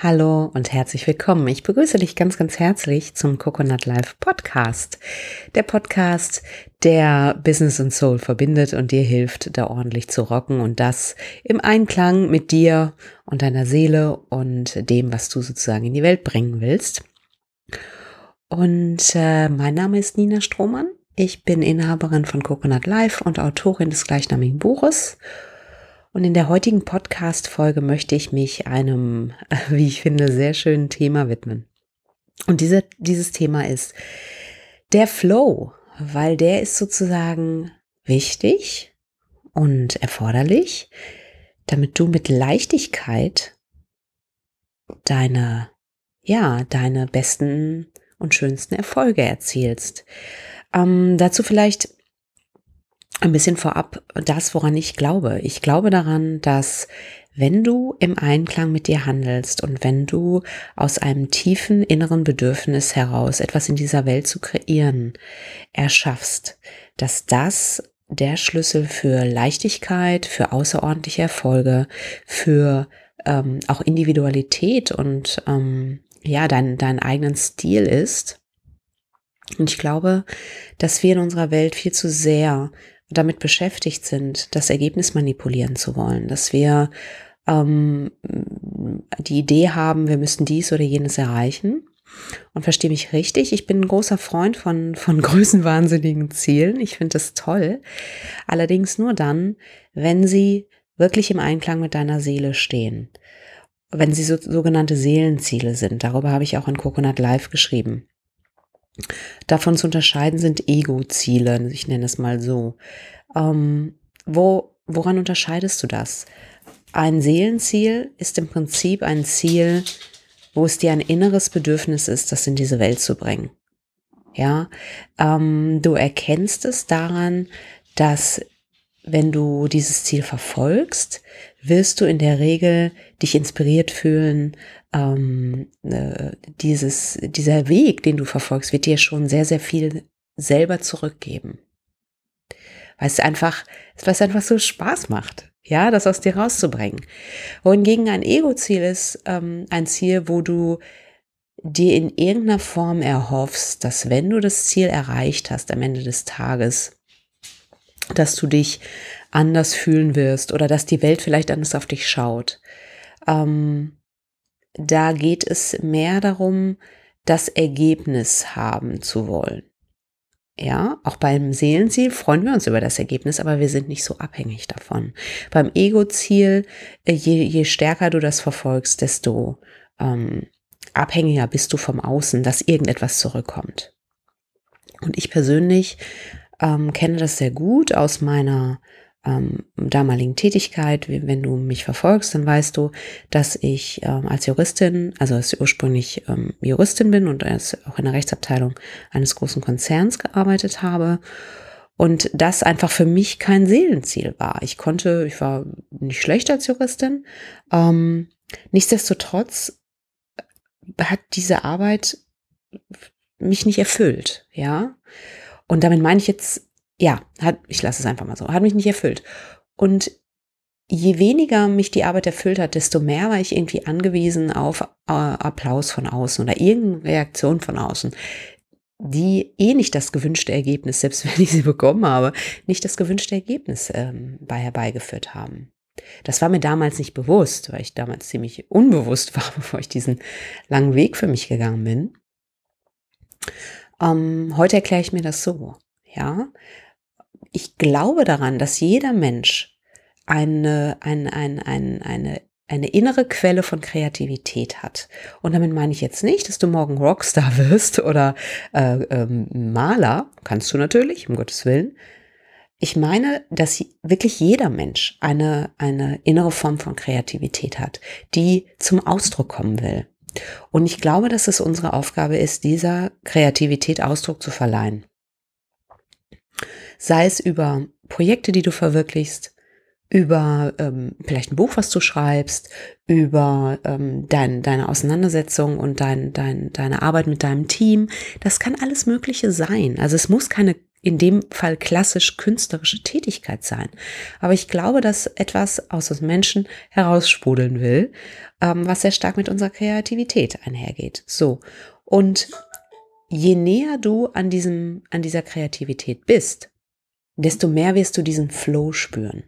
Hallo und herzlich willkommen. Ich begrüße dich ganz, ganz herzlich zum Coconut Life Podcast. Der Podcast, der Business und Soul verbindet und dir hilft, da ordentlich zu rocken und das im Einklang mit dir und deiner Seele und dem, was du sozusagen in die Welt bringen willst. Und mein Name ist Nina Strohmann. Ich bin Inhaberin von Coconut Life und Autorin des gleichnamigen Buches. Und in der heutigen Podcast-Folge möchte ich mich einem, wie ich finde, sehr schönen Thema widmen. Und dieses Thema ist der Flow, weil der ist sozusagen wichtig und erforderlich, damit du mit Leichtigkeit deine besten und schönsten Erfolge erzielst. Dazu vielleicht ein bisschen vorab das, woran ich glaube. Ich glaube daran, dass wenn du im Einklang mit dir handelst und wenn du aus einem tiefen inneren Bedürfnis heraus etwas in dieser Welt zu kreieren erschaffst, dass das der Schlüssel für Leichtigkeit, für außerordentliche Erfolge, für auch Individualität und deinen eigenen Stil ist. Und ich glaube, dass wir in unserer Welt viel zu sehr damit beschäftigt sind, das Ergebnis manipulieren zu wollen, dass wir die Idee haben, wir müssten dies oder jenes erreichen. Und verstehe mich richtig, ich bin ein großer Freund von größenwahnsinnigen Zielen. Ich finde das toll. Allerdings nur dann, wenn sie wirklich im Einklang mit deiner Seele stehen. Wenn sie sogenannte Seelenziele sind. Darüber habe ich auch in Coconut Life geschrieben. Davon zu unterscheiden sind Ego-Ziele, ich nenne es mal so. Woran unterscheidest du das? Ein Seelenziel ist im Prinzip ein Ziel, wo es dir ein inneres Bedürfnis ist, das in diese Welt zu bringen. Ja, du erkennst es daran, dass wenn du dieses Ziel verfolgst, wirst du in der Regel dich inspiriert fühlen. Dieser Weg, den du verfolgst, wird dir schon sehr, sehr viel selber zurückgeben. Weil es einfach so Spaß macht, ja, das aus dir rauszubringen. Wohingegen ein Ego-Ziel ist ein Ziel, wo du dir in irgendeiner Form erhoffst, dass wenn du das Ziel erreicht hast am Ende des Tages, dass du dich anders fühlen wirst oder dass die Welt vielleicht anders auf dich schaut. Da geht es mehr darum, das Ergebnis haben zu wollen. Ja, auch beim Seelenziel freuen wir uns über das Ergebnis, aber wir sind nicht so abhängig davon. Beim Ego-Ziel, je stärker du das verfolgst, desto abhängiger bist du vom Außen, dass irgendetwas zurückkommt. Und ich persönlich kenne das sehr gut aus meiner damaligen Tätigkeit. Wenn du mich verfolgst, dann weißt du, dass ich als Juristin, also als ursprünglich Juristin bin und auch in der Rechtsabteilung eines großen Konzerns gearbeitet habe und das einfach für mich kein Seelenziel war. Ich war nicht schlecht als Juristin. Nichtsdestotrotz hat diese Arbeit mich nicht erfüllt, ja. Und damit meine ich jetzt, ich lasse es einfach mal so, hat mich nicht erfüllt. Und je weniger mich die Arbeit erfüllt hat, desto mehr war ich irgendwie angewiesen auf Applaus von außen oder irgendeine Reaktion von außen, die nicht das gewünschte Ergebnis, selbst wenn ich sie bekommen habe, nicht das gewünschte Ergebnis herbeigeführt haben. Das war mir damals nicht bewusst, weil ich damals ziemlich unbewusst war, bevor ich diesen langen Weg für mich gegangen bin. Heute erkläre ich mir das so, ja. Ich glaube daran, dass jeder Mensch eine innere Quelle von Kreativität hat. Und damit meine ich jetzt nicht, dass du morgen Rockstar wirst oder Maler, kannst du natürlich, um Gottes Willen. Ich meine, dass wirklich jeder Mensch eine innere Form von Kreativität hat, die zum Ausdruck kommen will. Und ich glaube, dass es unsere Aufgabe ist, dieser Kreativität Ausdruck zu verleihen. Sei es über Projekte, die du verwirklichst, über vielleicht ein Buch, was du schreibst, über deine Auseinandersetzung und deine Arbeit mit deinem Team. Das kann alles Mögliche sein. Also es muss keine in dem Fall klassisch künstlerische Tätigkeit sein. Aber ich glaube, dass etwas aus uns Menschen heraussprudeln will, was sehr stark mit unserer Kreativität einhergeht. So. Und je näher du an dieser Kreativität bist, desto mehr wirst du diesen Flow spüren.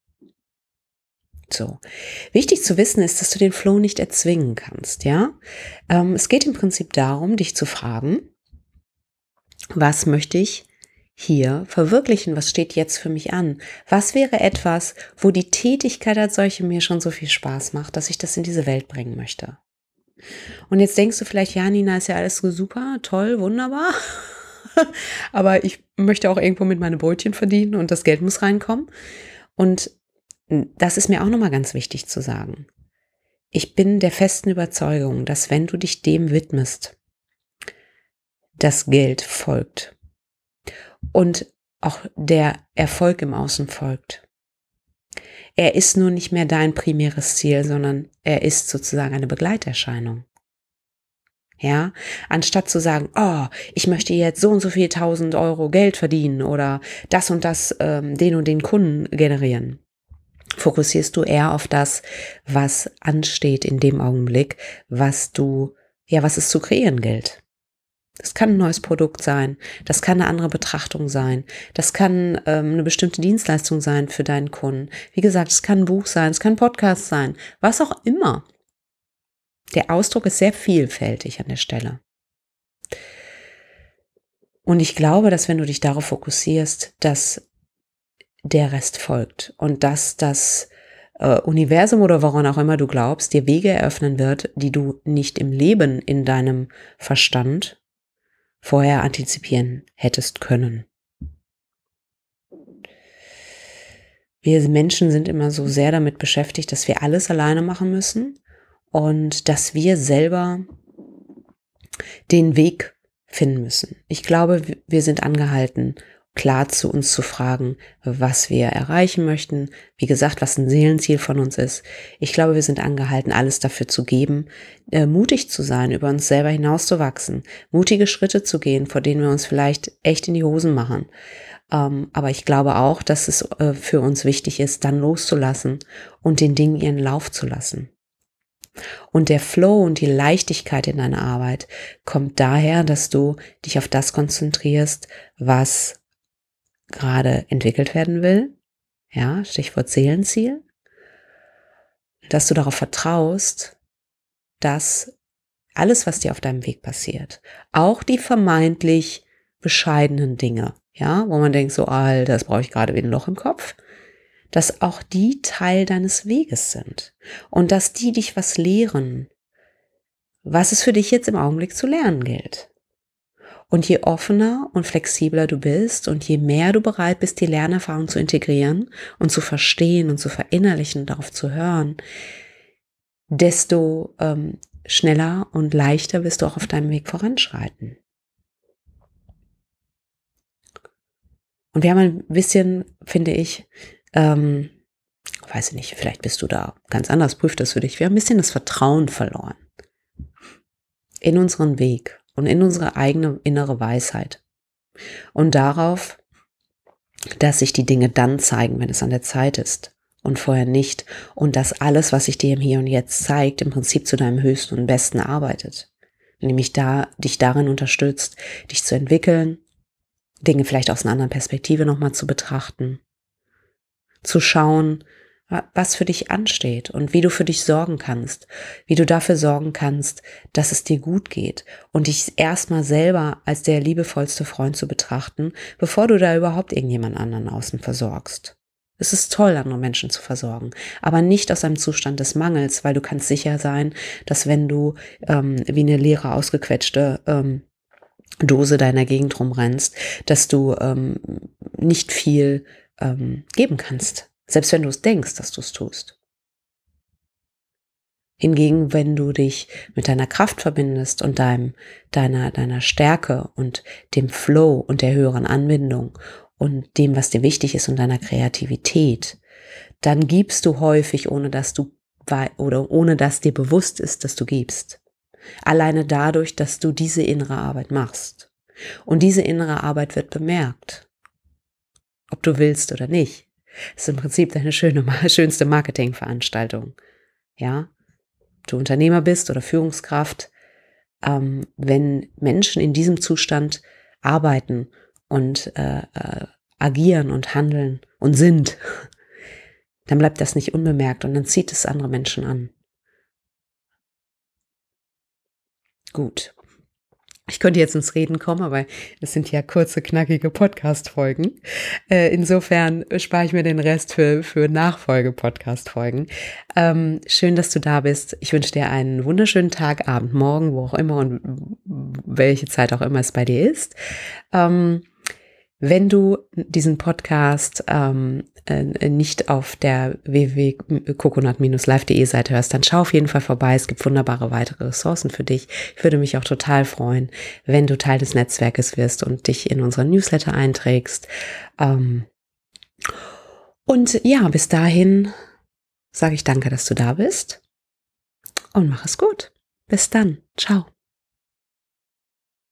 So. Wichtig zu wissen ist, dass du den Flow nicht erzwingen kannst, ja? Es geht im Prinzip darum, dich zu fragen, was möchte ich hier verwirklichen? Was steht jetzt für mich an? Was wäre etwas, wo die Tätigkeit als solche mir schon so viel Spaß macht, dass ich das in diese Welt bringen möchte? Und jetzt denkst du vielleicht, ja, Nina, ist ja alles so super, toll, wunderbar. Aber ich möchte auch irgendwo mit meine Brötchen verdienen und das Geld muss reinkommen. Und das ist mir auch nochmal ganz wichtig zu sagen. Ich bin der festen Überzeugung, dass wenn du dich dem widmest, das Geld folgt und auch der Erfolg im Außen folgt. Er ist nur nicht mehr dein primäres Ziel, sondern er ist sozusagen eine Begleiterscheinung. Ja, anstatt zu sagen, oh, ich möchte jetzt so und so viel 1.000 Euro Geld verdienen oder das und das, den und den Kunden generieren, fokussierst du eher auf das, was ansteht in dem Augenblick, was es zu kreieren gilt. Das kann ein neues Produkt sein, das kann eine andere Betrachtung sein, das kann eine bestimmte Dienstleistung sein für deinen Kunden. Wie gesagt, es kann ein Buch sein, es kann ein Podcast sein, was auch immer. Der Ausdruck ist sehr vielfältig an der Stelle. Und ich glaube, dass wenn du dich darauf fokussierst, dass der Rest folgt und dass das Universum oder woran auch immer du glaubst, dir Wege eröffnen wird, die du nicht im Leben in deinem Verstand vorher antizipieren hättest können. Wir Menschen sind immer so sehr damit beschäftigt, dass wir alles alleine machen müssen und dass wir selber den Weg finden müssen. Ich glaube, wir sind angehalten, klar zu uns zu fragen, was wir erreichen möchten. Wie gesagt, was ein Seelenziel von uns ist. Ich glaube, wir sind angehalten, alles dafür zu geben, mutig zu sein, über uns selber hinauszuwachsen, mutige Schritte zu gehen, vor denen wir uns vielleicht echt in die Hosen machen. Aber ich glaube auch, dass es für uns wichtig ist, dann loszulassen und den Dingen ihren Lauf zu lassen. Und der Flow und die Leichtigkeit in deiner Arbeit kommt daher, dass du dich auf das konzentrierst, was gerade entwickelt werden will, ja, Stichwort Seelenziel, dass du darauf vertraust, dass alles, was dir auf deinem Weg passiert, auch die vermeintlich bescheidenen Dinge, ja, wo man denkt so, das brauche ich gerade wie ein Loch im Kopf, dass auch die Teil deines Weges sind und dass die dich was lehren, was es für dich jetzt im Augenblick zu lernen gilt. Und je offener und flexibler du bist und je mehr du bereit bist, die Lernerfahrung zu integrieren und zu verstehen und zu verinnerlichen, darauf zu hören, desto schneller und leichter wirst du auch auf deinem Weg voranschreiten. Und wir haben ein bisschen, finde ich, weiß ich nicht, vielleicht bist du da ganz anders, prüf das für dich. Wir haben ein bisschen das Vertrauen verloren in unseren Weg und in unsere eigene innere Weisheit. Und darauf, dass sich die Dinge dann zeigen, wenn es an der Zeit ist und vorher nicht. Und dass alles, was sich dir im Hier und Jetzt zeigt, im Prinzip zu deinem Höchsten und Besten arbeitet. Nämlich dich darin unterstützt, dich zu entwickeln, Dinge vielleicht aus einer anderen Perspektive nochmal zu betrachten, zu schauen, was für dich ansteht und wie du für dich sorgen kannst, wie du dafür sorgen kannst, dass es dir gut geht und dich erstmal selber als der liebevollste Freund zu betrachten, bevor du da überhaupt irgendjemand anderen außen versorgst. Es ist toll, andere Menschen zu versorgen, aber nicht aus einem Zustand des Mangels, weil du kannst sicher sein, dass wenn du wie eine leere, ausgequetschte Dose deiner Gegend rumrennst, dass du nicht viel geben kannst. Selbst wenn du es denkst, dass du es tust. Hingegen, wenn du dich mit deiner Kraft verbindest und deiner Stärke und dem Flow und der höheren Anbindung und dem, was dir wichtig ist und deiner Kreativität, dann gibst du häufig, ohne dass dir bewusst ist, dass du gibst. Alleine dadurch, dass du diese innere Arbeit machst. Und diese innere Arbeit wird bemerkt, ob du willst oder nicht. Das ist im Prinzip deine schönste Marketingveranstaltung. Ja, du Unternehmer bist oder Führungskraft, wenn Menschen in diesem Zustand arbeiten und agieren und handeln und sind, dann bleibt das nicht unbemerkt und dann zieht es andere Menschen an. Gut. Ich könnte jetzt ins Reden kommen, aber es sind ja kurze, knackige Podcast-Folgen. Insofern spare ich mir den Rest für Nachfolge-Podcast-Folgen. Schön, dass du da bist. Ich wünsche dir einen wunderschönen Tag, Abend, Morgen, wo auch immer und welche Zeit auch immer es bei dir ist. Wenn du diesen Podcast nicht auf der www.coconut-live.de Seite hörst, dann schau auf jeden Fall vorbei. Es gibt wunderbare weitere Ressourcen für dich. Ich würde mich auch total freuen, wenn du Teil des Netzwerkes wirst und dich in unseren Newsletter einträgst. Und ja, bis dahin sage ich danke, dass du da bist und mach es gut. Bis dann. Ciao.